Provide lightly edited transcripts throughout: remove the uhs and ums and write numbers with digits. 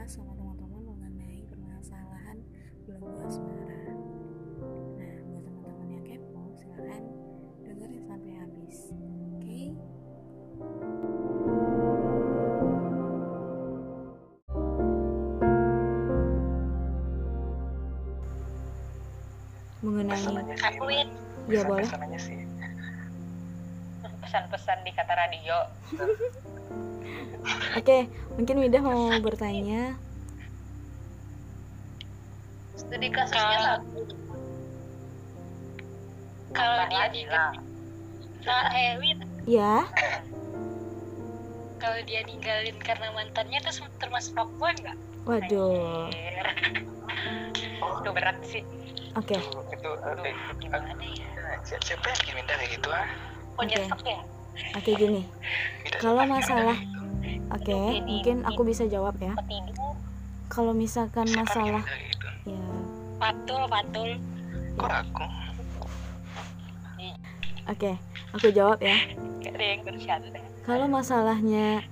membahas sama teman-teman mengenai permasalahan belenggu asmara. Nah, buat teman-teman yang kepo, silahkan dengerin sampai habis. Oke? Mengenai Akuin ya boleh. pesan-pesan di kata radio. Oke, mungkin Midah mau bertanya. Studi kasusnya kalau dia Ya, kalau dia ninggalin karena mantannya itu termasuk fuckboy nggak? waduh. Itu berat sih. Oke. Itu Gimana ya? siapa yang bikin minta kayak gitu ah? Nyesek ya? Oke gini. Kalau masalah mungkin aku bisa jawab ya. Ketidur. Kalau misalkan masalah Gitu. ya, Patul. Kok aku? oke, aku jawab ya. Gak ada yang bercanda. Kalau masalahnya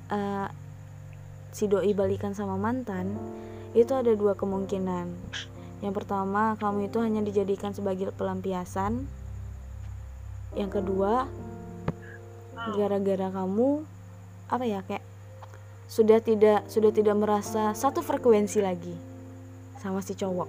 si doi balikan sama mantan, itu ada dua kemungkinan. Yang pertama, kamu itu hanya dijadikan sebagai pelampiasan. Yang kedua, gara-gara kamu kayak sudah tidak merasa satu frekuensi lagi sama si cowok.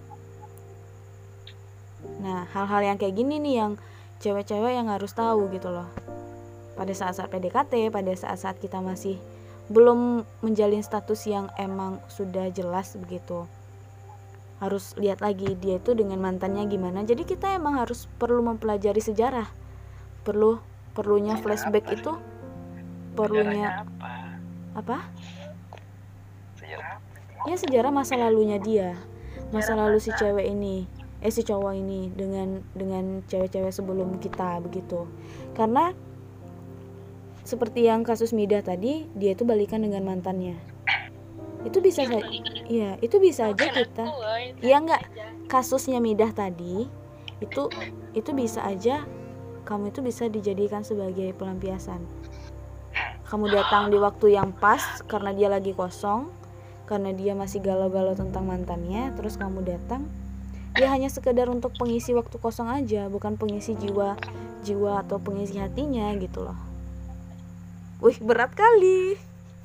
Nah, hal-hal yang kayak gini nih yang cewek-cewek yang harus tahu gitu loh. Pada saat-saat PDKT, pada saat-saat kita masih belum menjalin status yang emang sudah jelas begitu, harus lihat lagi dia itu dengan mantannya gimana. Jadi kita emang harus perlu mempelajari sejarah, perlunya flashback itu, perlunya apa? Sejarah. Ya sejarah masa lalunya dia, masa lalu si cewek ini, si cowok ini dengan cewek-cewek sebelum kita begitu. Karena seperti yang kasus Midah tadi, dia itu balikan dengan mantannya. Itu bisa saja, iya, itu bisa aja kita. Iya enggak, kasusnya Midah tadi itu bisa aja kamu itu bisa dijadikan sebagai pelampiasan. Kamu datang di waktu yang pas karena dia lagi kosong, karena dia masih galau-galau tentang mantannya, terus kamu datang, ya hanya sekedar untuk pengisi waktu kosong aja, bukan pengisi jiwa atau pengisi hatinya gitu loh. Wih, berat kali.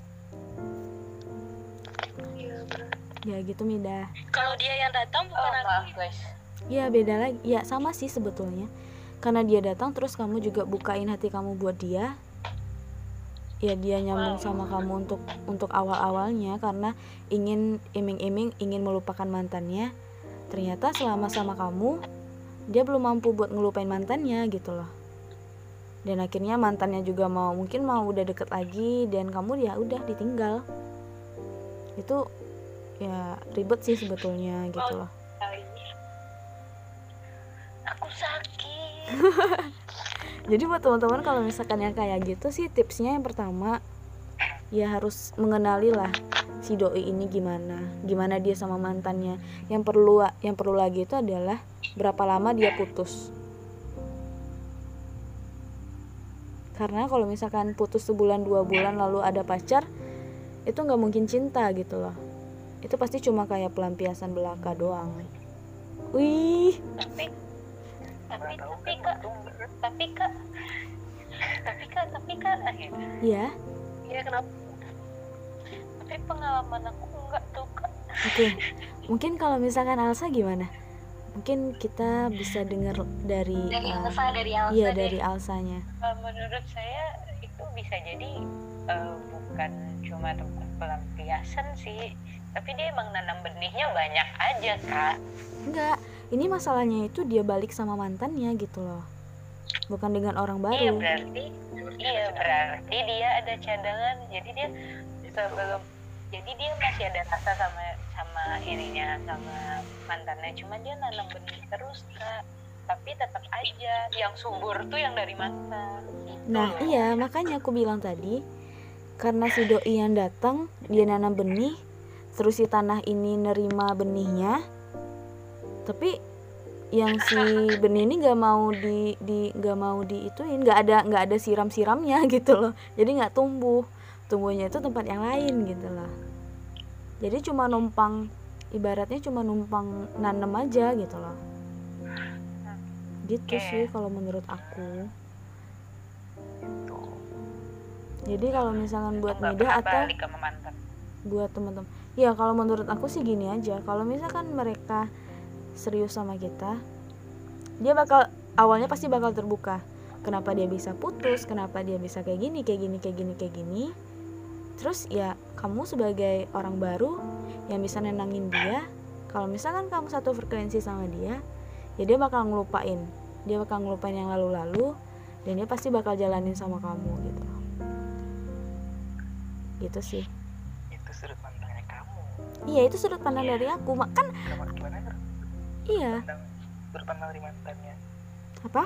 Ya gitu Midah. Kalau dia yang datang bukan aku, guys. Ya beda lagi. Ya sama sih sebetulnya. Karena dia datang terus kamu juga bukain hati kamu buat dia. Ya dia nyambung sama kamu untuk awal-awalnya karena ingin iming-iming ingin melupakan mantannya. Ternyata selama sama kamu dia belum mampu buat ngelupain mantannya gitu loh. Dan akhirnya mantannya juga mungkin mau udah deket lagi dan kamu ya udah ditinggal. Itu ya ribet sih sebetulnya gitu loh. Aku sakit. Jadi buat teman-teman kalau misalkan yang kayak gitu sih, tipsnya yang pertama ya harus mengenali lah si doi ini gimana dia sama mantannya. Yang perlu lagi itu adalah berapa lama dia putus. Karena kalau misalkan putus sebulan 2 bulan lalu ada pacar, itu nggak mungkin cinta gitu loh. Itu pasti cuma kayak pelampiasan belaka doang. Wih. Tapi kak Iya. Ya kenapa? Tapi pengalaman aku enggak tuh kak. Oke. Mungkin kalau misalkan Alsa gimana? Mungkin kita bisa dengar dari Alsa. Iya, dari Alsanya. Menurut saya itu bisa jadi bukan cuma tempat pelampiasan sih, tapi dia emang nanam benihnya banyak aja kak. Enggak, ini masalahnya itu dia balik sama mantannya gitu loh, bukan dengan orang baru. Iya berarti dia ada cadangan, jadi dia masih ada rasa sama ininya, sama mantannya, cuma dia nanam benih terus kak. Tapi tetap aja yang subur tuh yang dari mantan. Nah iya, makanya aku bilang tadi, karena si doi yang datang dia nanam benih, terus si tanah ini nerima benihnya, tapi yang si benih ini nggak mau diituin, nggak ada siramnya gitu loh, jadi nggak tumbuhnya itu tempat yang lain gitu loh. Jadi cuma numpang, ibaratnya cuma numpang nanem aja gitu loh. Gitu Oke. sih kalau menurut aku. Itu. Jadi kalau misalkan buat Nggak Mida pernah atau balik sama mantan. buat teman-teman, ya kalau menurut aku sih gini aja, kalau misalkan mereka serius sama kita, dia bakal awalnya pasti bakal terbuka. Kenapa dia bisa putus, kenapa dia bisa kayak gini. Terus ya kamu sebagai orang baru yang bisa nenangin dia, kalau misalkan kamu satu frekuensi sama dia, ya dia bakal ngelupain yang lalu-lalu, dan dia pasti bakal jalanin sama kamu gitu. Gitu sih. Itu sudut pandangnya kamu. Iya, itu sudut pandang dari aku. Kan Gimana iya. sudut pandang dari mantannya? Apa?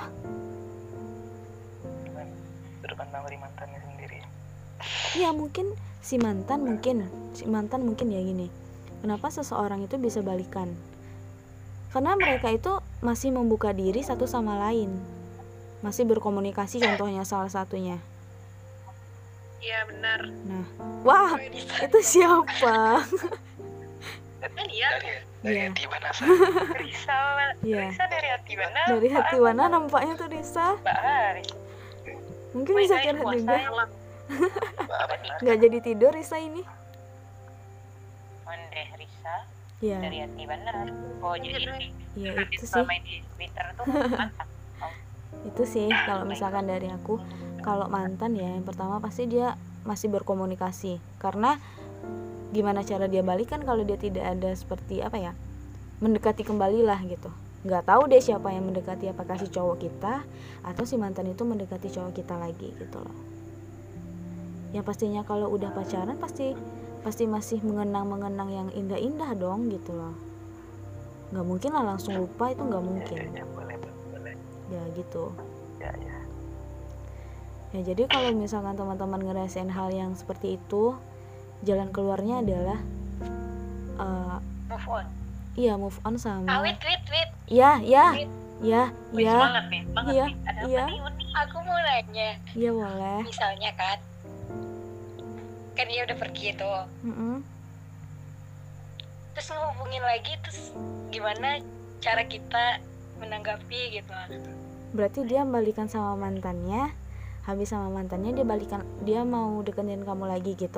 Gimana sudut pandang dari mantannya sendiri? Iya, mungkin si mantan mungkin ya gini. Kenapa seseorang itu bisa balikan? Karena mereka itu masih membuka diri satu sama lain. Masih berkomunikasi, contohnya salah satunya. Iya benar. Nah, wah, itu siapa? Kan iya. Dari Iya. hati Banasa. Risa. Iya. Risa dari hati mana? Dari hati mana nampaknya tuh Risa? Mbak Haris. Mungkin bisa curhat juga. Nggak jadi tidur Risa ini. Mondeh Risa Iya, dari hati benar. Oh jadi iya nanti itu sih. selama di Twitter tuh mantan. Itu sih kalau misalkan dari aku. Kalau mantan ya, yang pertama pasti dia masih berkomunikasi. Karena gimana cara dia balikan kalau dia tidak ada seperti apa ya, mendekati kembali lah gitu. Nggak tahu deh siapa yang mendekati, apakah si cowok kita atau si mantan itu mendekati cowok kita lagi gitu loh. Yang pastinya kalau udah pacaran pasti masih mengenang yang indah-indah dong gitu loh. Nggak mungkin lah langsung lupa, itu nggak mungkin. Ya, boleh. Ya gitu. Ya. Ya jadi kalau misalkan teman-teman ngerasain hal yang seperti itu, jalan keluarnya adalah Move on. iya move on sama Wait. ya Wih, semangat nih. Iya, Ada iya. apa nih Uni? Aku mau nanya. iya boleh. Misalnya kan dia udah pergi tuh. Mm-mm. Terus ngehubungin lagi, terus gimana cara kita menanggapi gitu? Berarti dia balikan sama mantannya, habis sama mantannya dia mau deketin kamu lagi gitu.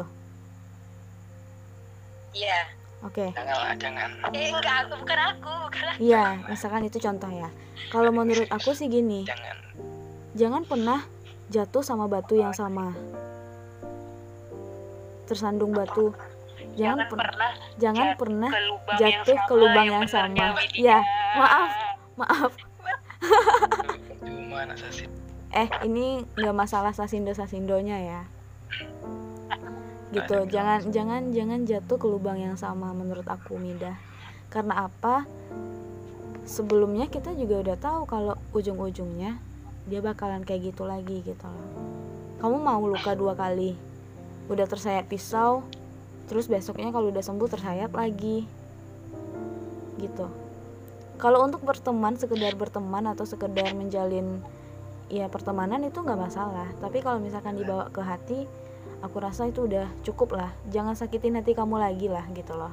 Iya. Oke. Jangan. Enggak, bukan aku. Iya, misalkan itu contoh ya. Kalau menurut aku sih gini, jangan pernah jatuh sama batu yang sama, tersandung batu. Jangan pernah jatuh ke lubang yang sama. Ya, maaf. Cuma anak sasin. Ini nggak masalah sasindonya ya. Gitu, jangan jatuh ke lubang yang sama menurut aku, Mida. Karena apa? Sebelumnya kita juga udah tahu kalau ujung-ujungnya dia bakalan kayak gitu lagi gitu loh. Kamu mau luka 2 kali, udah tersayat pisau, terus besoknya kalau udah sembuh tersayat lagi gitu. Kalau untuk sekedar berteman atau sekedar menjalin ya pertemanan itu nggak masalah, tapi kalau misalkan dibawa ke hati, aku rasa itu udah cukup lah. Jangan sakitin hati kamu lagi lah gitu loh.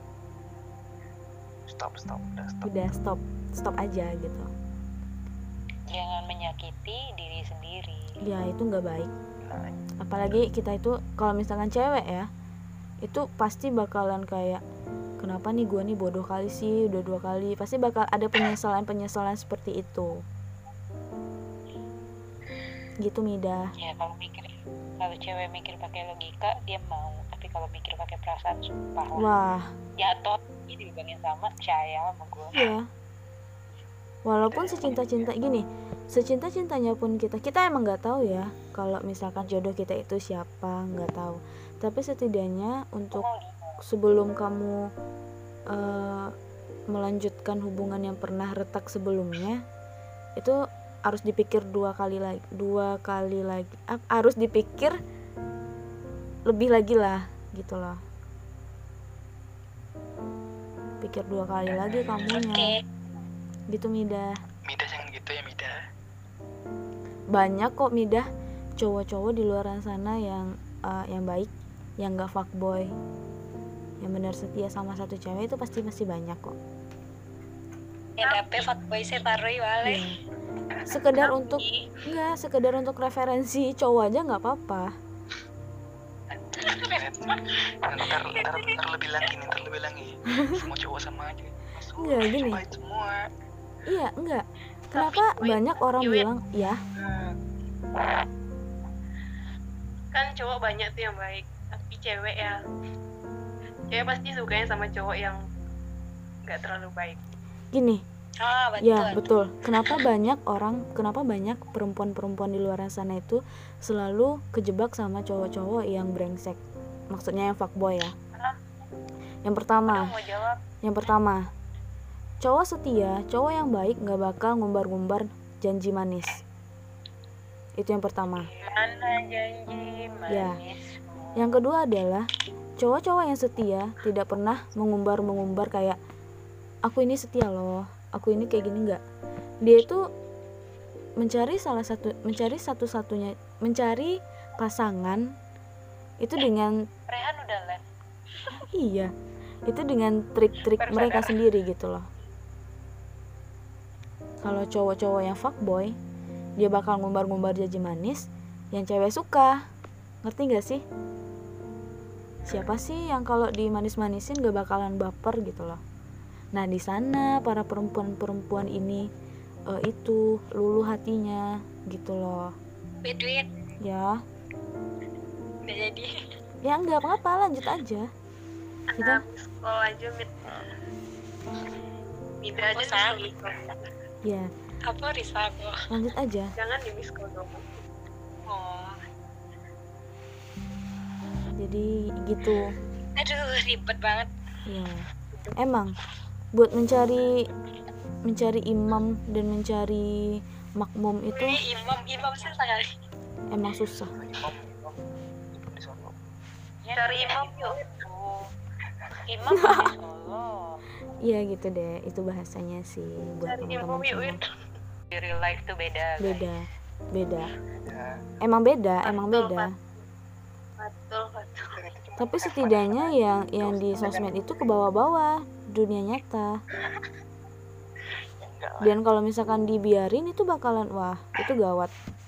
Udah stop aja gitu. Jangan menyakiti diri sendiri. Ya itu nggak baik. Apalagi kita itu kalau misalkan cewek ya, itu pasti bakalan kayak, kenapa nih gue nih bodoh kali sih, udah 2 kali. Pasti bakal ada penyesalan seperti itu. Gitu, Mida. Ya kalau cewek mikir pakai logika dia mau, tapi kalau mikir pakai perasaan sumpah lah. Wah, Jatuh ini dibandingin sama percaya sama gue. iya. Walaupun secinta-cintanya pun kita emang nggak tahu ya kalau misalkan jodoh kita itu siapa, nggak tahu. Tapi setidaknya untuk sebelum kamu melanjutkan hubungan yang pernah retak sebelumnya, itu harus dipikir 2 kali lagi, harus dipikir lebih lagi lah gitu loh. Pikir 2 kali lagi kamunya. Gitu, Mida. Mida jangan gitu ya, Mida. Banyak kok, Mida, cowok-cowok di luar sana yang baik, yang gak fuckboy, yang benar setia sama satu cewek itu pasti masih banyak kok. Yang dapet fuckboy saya tarui wale. Iya. Sekedar untuk referensi cowok aja nggak apa-apa. Ntar lebih lagi semua cowok sama aja. Enggak, gini. Cobain semua. Iya, enggak. Kenapa banyak orang bilang ya? Kan cowok banyak tuh yang baik, tapi cewek pasti sukanya sama cowok yang nggak terlalu baik. Gini, Betul. ya betul. Kenapa banyak perempuan-perempuan di luar sana itu selalu kejebak sama cowok-cowok yang brengsek? Maksudnya yang fuckboy ya. Yang pertama, cowok setia, cowok yang baik nggak bakal ngumbar-ngumbar janji manis. Itu yang pertama. Mana janji manis? Ya. Yang kedua adalah cowok-cowok yang setia tidak pernah mengumbar kayak aku ini setia loh, aku ini kayak gini, enggak. Dia itu mencari pasangan itu dengan Rehan udah live. iya, itu dengan trik-trik mereka sendiri gitu loh. Kalau cowok-cowok yang fuckboy, dia bakal ngumbar-ngumbar janji manis yang cewek suka. Ngerti gak sih? Siapa sih yang kalau dimanis-manisin gak bakalan baper gitu loh. Nah di sana para perempuan ini itu luluh hatinya gitu loh. Duit Ya, udah jadi. ya nggak apa-apa, lanjut aja. Kita Kalau aja Mida aja Usah. di ya Apa risau? lanjut aja. jangan di miss call dong. Oh, Jadi gitu. aduh ribet banget. Ya, emang buat mencari imam dan mencari makmum itu Ini imam sih sekali. emang susah. Imam di Solo. Ya, Cari tidak imam itu. Imam di Solo. Iya gitu deh, itu bahasanya sih buat Cari teman-teman imam yuk. semua. Di real life tuh beda. guys. Beda. Ya, Emang beda. Betul. Tapi setidaknya yang di sosmed itu ke bawah-bawah dunia nyata. enggak lah. Dan kalau misalkan dibiarin itu bakalan wah, itu gawat.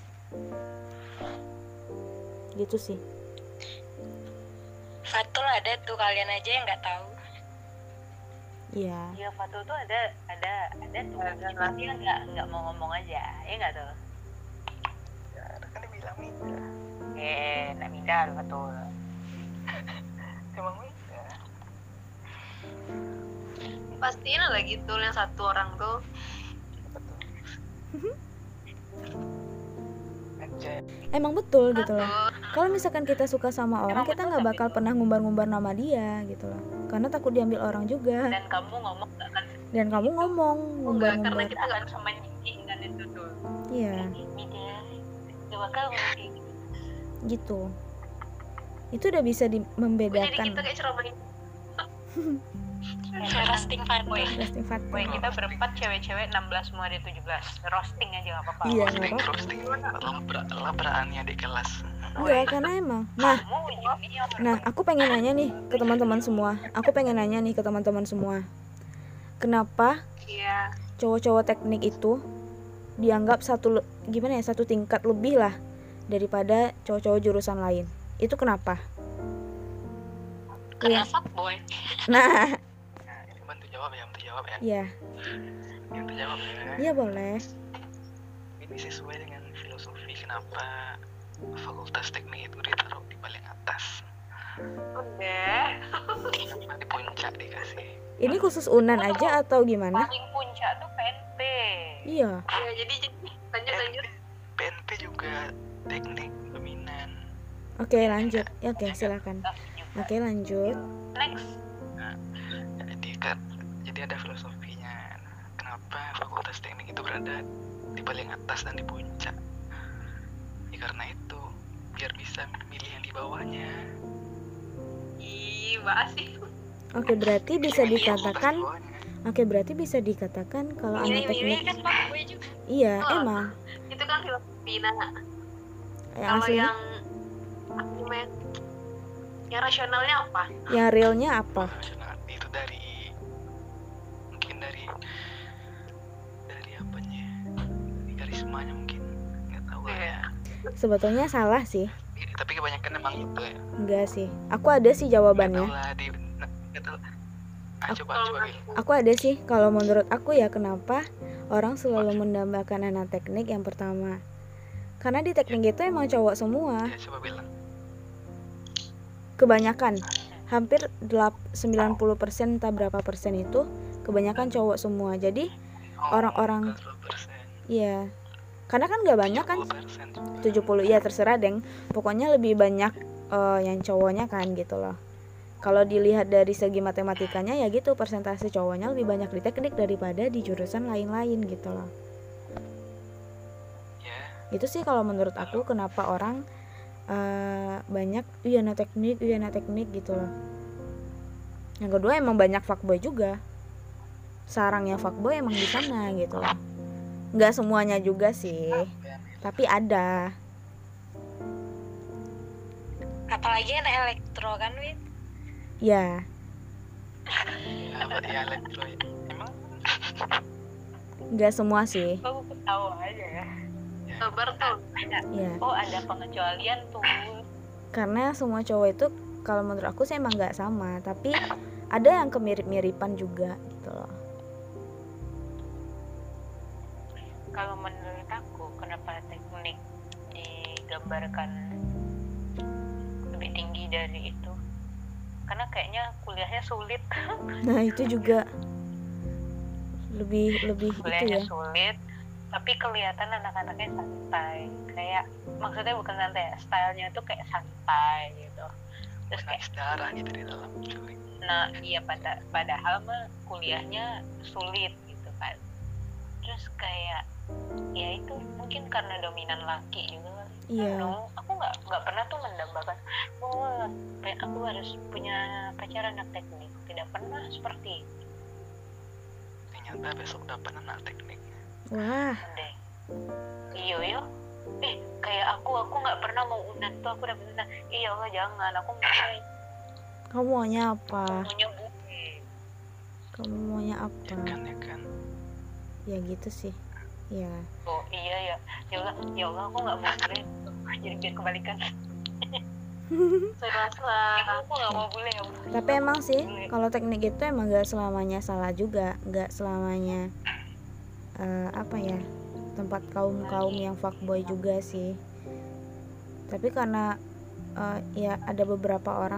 Gitu sih. Fatul ada tuh, kalian aja yang nggak tahu. Iya. Iya, Fatul tuh ada tuh. Cuma dia nggak mau ngomong aja. Ya nggak tuh. Ya, kan dibilang Mida. Nak mindal Fatul. Emang Mida. Pastiin lah gitu yang satu orang tuh. Betul. Aja. Emang betul gitu loh. Betul. Kalau misalkan kita suka sama orang, kita nggak bakal pernah ngumbar-ngumbar nama dia gitu loh. Karena takut diambil orang juga. Dan kamu ngomong nggak akan Dan kamu ngomong Enggak, karena ngumbar-ngumbar. kita nggak sama nyicing kan itu tuh. Iya, Mida, gak bakal ngomong kayak gitu. gitu. Itu udah bisa jadi membedakan. kita kayak ceramahin. Roasting Fatul. Roasting Fatul. Woi, kita berempat cewek-cewek 16 semua ada 17. Roasting aja gak apa-apa. Iya, nggak apa-apa. Roasting labraannya di kelas. Enggak, karena emang. Nah, Kamu ujungnya Nah, aku pengen nanya nih ke teman-teman semua. Kenapa Iya. cowok-cowok teknik itu dianggap satu tingkat lebih lah daripada cowok-cowok jurusan lain? Itu kenapa? Karena Iya. fuckboy. Nah, Nah, ini bantu jawab ya. ya, Bantu jawab ya. iya boleh. Ini sesuai dengan filosofi kenapa fakultas teknik itu ditaruh di paling atas. Udah. Kenapa di puncak dikasih? Ini khusus Unan aja atau gimana? paling puncak tuh PNP. Iya. Ya, jadi lanjut. PNP juga teknik dominan. Oke, lanjut. Ya, oke, silakan. Oke, lanjut. Next. Jadi ada filosofinya. Kenapa fakultas teknik itu berada di paling atas dan di puncak? Ya karena itu, biar bisa milih yang di bawahnya. Ih, bahas sih. Oke, berarti bisa Milih yang atas dikatakan di bawahnya. Oke, berarti bisa dikatakan kalau anak Milih-milih teknik kan fuckboy juga. iya, Oh. emang. Itu kan filosofi. Nah, Yang kalau aslinya yang apa namanya? Yang rasionalnya apa? Yang realnya apa? Rasional itu mungkin dari apanya, dari karismanya mungkin, nggak tahu lah ya. Sebetulnya salah sih. Tapi kebanyakan emang itu ya. Enggak sih. Aku ada sih Nggak tahu jawabannya. lah nggak tahu. Coba Bil. Aku ada sih. Kalau menurut aku ya, kenapa orang selalu mendambakan anak teknik yang pertama? Karena di teknik itu emang cowok semua. Ya coba bilang. Kebanyakan, hampir 90% entah berapa persen itu kebanyakan cowok semua. Jadi orang-orang, 20%. iya, karena kan nggak banyak kan, 70 ya terserah deng. Pokoknya lebih banyak yang cowoknya kan gitu loh. Kalau dilihat dari segi matematikanya ya gitu, persentase cowoknya lebih banyak di teknik daripada di jurusan lain-lain gitu loh. Ya, Itu sih kalau menurut aku kenapa orang banyak iya anak teknik gitu loh. Yang kedua emang banyak fuckboy juga. Sarangnya fuckboy emang di sana gitu loh. Nggak semuanya juga sih, tapi ada. Apalagi anak elektro kan, Win? Ya, ya elektro ya. Emang nggak semua sih. Aku ketawa aja ya. Sabar tuh. Ya, Oh ada pengecualian tuh. karena semua cowok itu kalau menurut aku sih emang nggak sama, tapi ada yang kemirip-miripan juga gitu loh. Kalau menurut aku kenapa teknik digambarkan lebih tinggi dari itu? Karena kayaknya kuliahnya sulit. Nah itu juga lebih itu Kuliahnya ya. sulit, tapi kelihatan anak-anaknya santai. Kayak maksudnya bukan santai, ya, stylenya tuh kayak santai gitu. Terus kayak naik darah gitu di dalam cuy. nah iya padahal mah kuliahnya sulit gitu kan. Terus kayak ya itu mungkin karena dominan laki juga. Iya. No, aku nggak pernah tuh mendambakan oh aku harus punya pacar anak teknik, tidak pernah seperti itu Ternyata besok dapat anak teknik. Wah, deh. Iya kayak aku nggak pernah mau unan tuh, aku dapet unan, iya Allah jangan, aku kamu maunya apa? maunya bukti. Kamu maunya apa? Ya kan. Ya gitu sih. Ya. Oh iya ya Allah aku nggak mau bule, jadi biar kebalikan. Serasa. Aku nggak mau bule ya. Tapi emang sih kalau teknik itu emang gak selamanya salah juga, gak selamanya apa ya, tempat kaum yang fuckboy juga sih. Tapi karena ya ada beberapa orang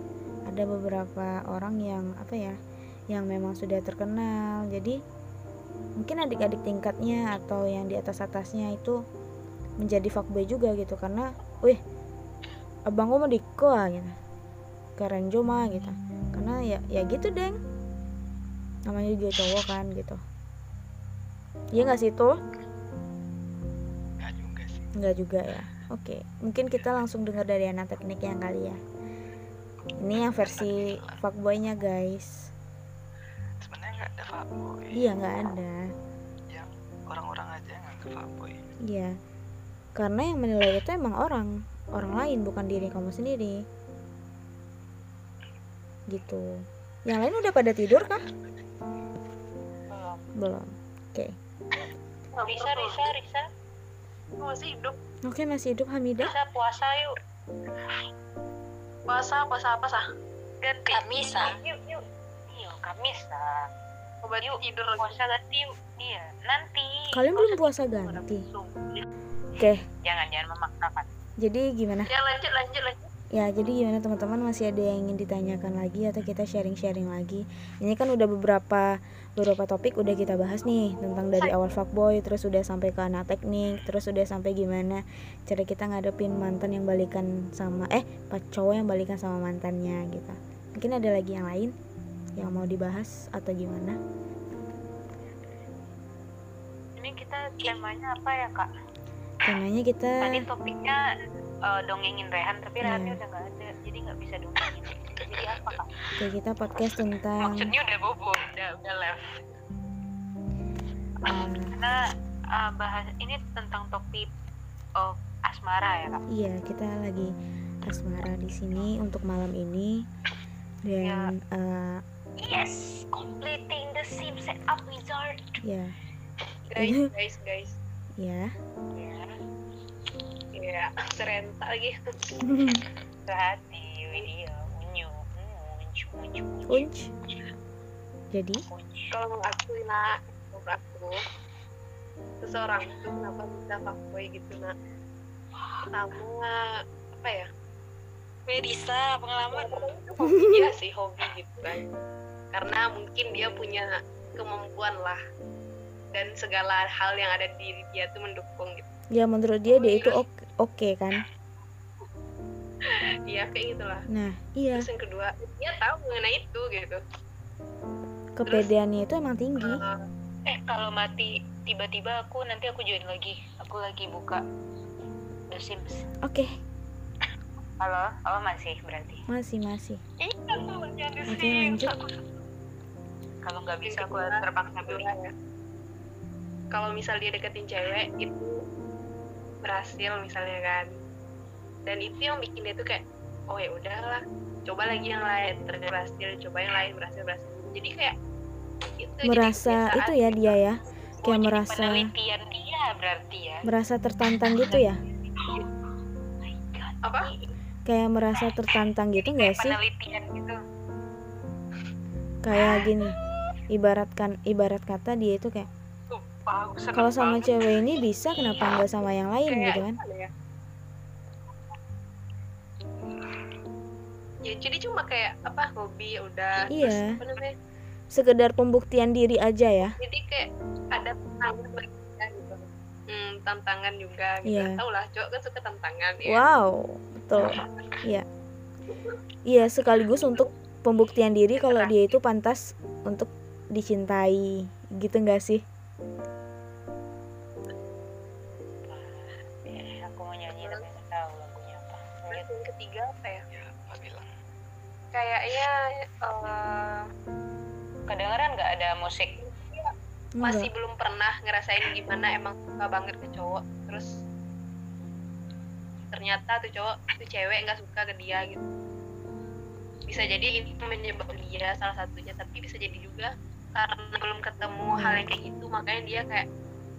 yang apa ya, yang memang sudah terkenal, jadi mungkin adik-adik tingkatnya atau yang di atasnya itu menjadi fuckboy juga gitu, karena wih abang gue mau diko gitu, keren mah gitu, karena ya gitu deng, namanya juga cowok kan gitu. Iya nggak sih tuh? Nggak juga sih. Nggak juga ya. Oke, mungkin kita langsung dengar dari anak teknik yang kali ya. Ini yang versi fuckboynya guys. Sebenarnya nggak ada fuckboy. Iya nggak ada. Yang orang-orang aja yang nganggap fuckboy. Iya, karena yang menilai itu emang orang lain, bukan diri kamu sendiri gitu. Yang lain udah pada tidur kah? Belum. Oke. Risa Aku masih hidup. Oke, masih hidup Hamidah. Risa puasa yuk. Puasa apa sah? Ganti. Kamisa. Yuk. Iya, Kamisa. Obat Yuk, tidur. puasa ganti yuk. Iya, nanti. Kalian belum puasa ganti. Oke, Jangan memaksakan. jadi gimana? Ya lanjut. Ya, jadi gimana teman-teman, masih ada yang ingin ditanyakan lagi atau kita sharing-sharing lagi? Ini kan udah beberapa topik udah kita bahas nih, tentang dari awal fuckboy, terus udah sampai ke anak teknik, terus udah sampai gimana cara kita ngadepin mantan yang balikan sama cowok yang balikan sama mantannya gitu. Mungkin ada lagi yang lain yang mau dibahas atau gimana? Ini kita temanya apa ya, Kak? Temanya kita Tadi topiknya dongengin Rehan, tapi Rehannya Iya. udah nggak ada, jadi nggak bisa dongengin. Jadi apa, Kak? kayak kita podcast tentang Maksudnya udah bobo, udah left. Karena bahas ini tentang topik asmara ya, Kak. iya, kita lagi asmara di sini untuk malam ini. Dan Yes, completing the sim setup wizard. ya guys ya ya serentak lagi. Hati video unyu unch. Jadi Kalau menurut aku nak, menurut aku seseorang itu kenapa bisa fuckboy gitu nak? Pertama apa ya? Melisa, pengalaman. Hobi dia sih, hobi gitu kan. Karena mungkin dia punya kemampuan lah, dan segala hal yang ada di diri dia tuh mendukung gitu. ya menurut dia itu oke kan. Iya kayak gitulah. Nah iya, Terus yang kedua, dia tahu mengenai itu gitu. kepedeannya itu emang tinggi. Kalau mati tiba-tiba aku join lagi. Aku lagi buka The Sims. Oke, Halo masih berarti. masih Iya, jangan Oke, lanjut. Kalau nggak bisa aku Yang kedua, terpaksa beli. ya. Kalau misal dia deketin cewek itu berhasil misalnya kan, dan itu yang bikin dia tuh kayak oh ya udahlah, coba lagi yang lain, ternyata berhasil, coba yang lain berhasil. Jadi kayak itu jadi merasa kebiasaan. itu ya dia ya, kayak Jadi merasa penelitian dia berarti ya. merasa tertantang gitu ya, Apa? kayak merasa tertantang gitu nggak sih? Penelitian gitu. Kayak gini, ibarat kata dia itu kayak Bagus. kalau sama cewek ini bisa, kenapa nggak sama yang lain Kayak gitu kan? gimana ya? Ya jadi cuma kayak apa, hobi udah. Iya. Terus apa namanya? Sekedar pembuktian diri aja ya. Jadi kayak ada tantangan bagi dia gitu. Tantangan juga gitu. Iya. Tahu lah, cowok kan suka tantangan ya. Wow, betul. Iya. Iya, sekaligus untuk pembuktian diri kalau dia itu pantas untuk dicintai, gitu nggak sih? Aku mau nyanyi tapi nggak tahu lagunya apa. Terus yang ketiga apa ya? Ya, apa bilang? Kayaknya Kedengeran nggak ada musik? masih Enggak. belum pernah ngerasain gimana emang suka banget ke cowok, terus ternyata tuh cowok tuh cewek nggak suka ke dia gitu. Bisa jadi ini menyebab dia salah satunya, tapi bisa jadi juga karena belum ketemu hal yang kayak gitu, makanya dia kayak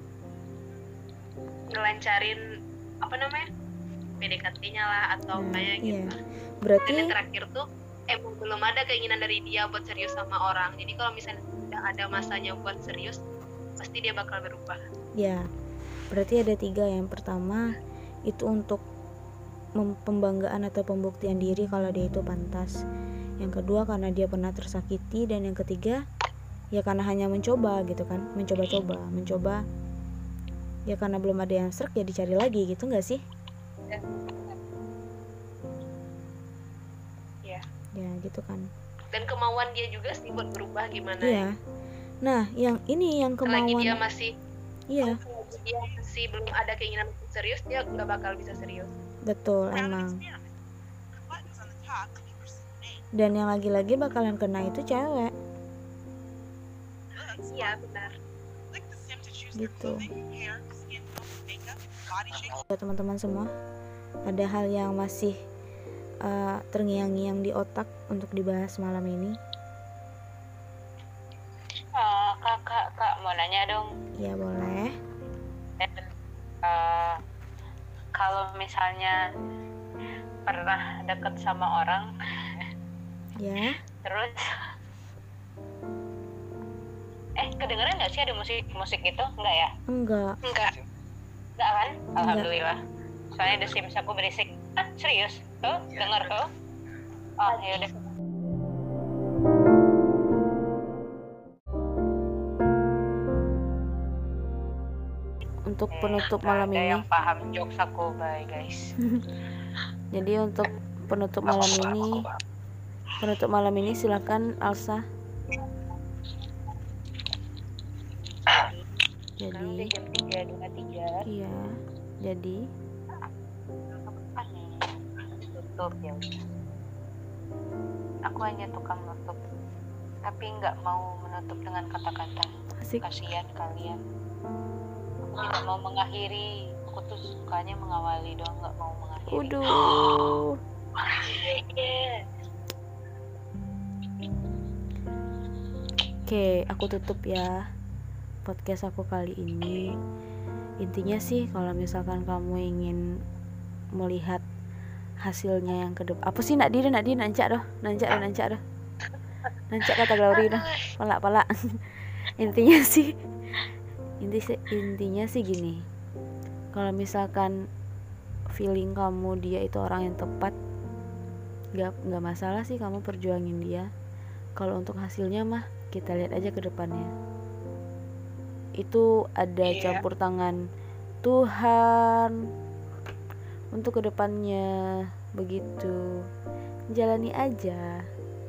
ngelancarin apa namanya PDKT-nya lah atau Nah, kayak gitu. iya. Dan Berarti yang terakhir tuh emang belum ada keinginan dari dia buat serius sama orang. Jadi kalau misalnya udah ada masanya buat serius, pasti dia bakal berubah. ya, berarti ada 3. Yang pertama itu untuk pembanggaan atau pembuktian diri kalau dia itu pantas. Yang kedua karena dia pernah tersakiti, dan yang ketiga ya karena hanya mencoba gitu kan, mencoba ya karena belum ada yang serak ya dicari lagi gitu nggak sih? Ya. Ya gitu kan. Dan kemauan dia juga sih buat berubah gimana. Iya. Nah, yang ini yang Selagi dia kemauan. masih Iya, selagi dia masih belum ada keinginan untuk serius, dia nggak bakal bisa serius. betul emang. Dan yang lagi-lagi bakalan kena itu cewek. Iya benar. Gitu. Buat teman-teman semua, ada hal yang masih terngiang-ngiang di otak untuk dibahas malam ini. Kak mau nanya dong. Ya boleh. Kalau misalnya pernah deket sama orang, Ya. terus kedengeran nggak sih ada musik gitu? Enggak ya? Enggak. Enggak. Enggak kan? Alhamdulillah. Soalnya The Sims aku berisik. Serius? Tuh, denger tuh. Oh, yaudah. Untuk penutup malam Ada ini. yang paham jokes aku, bye guys. Jadi untuk penutup malam ini silakan Alsa. Sekarang udah Jadi jam 3.23. iya. Jadi Tutup ya udah. Aku hanya tukang nutup, tapi nggak mau menutup dengan kata-kata. asik. Kasihan kalian. Aku tidak mau mengakhiri Aku tuh sukanya mengawali doang, nggak mau mengakhiri. Waduh. Iya. Oke, aku tutup ya podcast aku kali ini. Intinya sih kalau misalkan kamu ingin melihat hasilnya yang kedep apa sih nak diri nancak doh nancak kata Glory doh palak intinya sih gini, kalau misalkan feeling kamu dia itu orang yang tepat, nggak masalah sih kamu perjuangin dia. Kalau untuk hasilnya mah kita lihat aja ke depannya, itu ada campur tangan Tuhan untuk kedepannya. Begitu, jalani aja.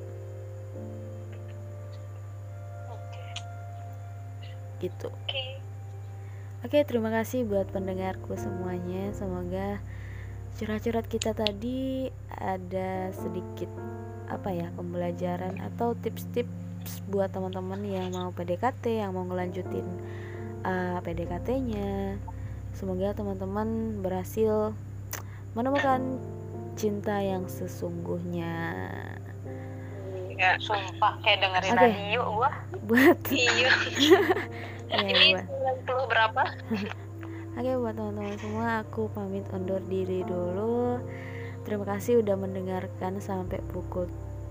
Gitu. Oke, terima kasih buat pendengarku semuanya. Semoga curhat-curhat kita tadi ada sedikit pembelajaran atau tips-tips buat teman-teman yang mau PDKT, yang mau ngelanjutin PDKT-nya. Semoga teman-teman berhasil menemukan cinta yang sesungguhnya. Ya, sumpah kayak dengerin radio gua. Buat Iya. ini Ini 90 berapa? Oke, buat teman-teman semua, aku pamit undur diri dulu. Terima kasih udah mendengarkan sampai pukul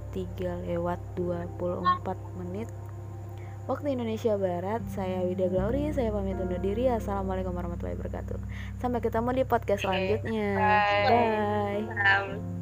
3:24 waktu Indonesia Barat. Saya Wida Glory, saya pamit undur diri. Assalamualaikum warahmatullahi wabarakatuh. Sampai ketemu di podcast selanjutnya. Bye.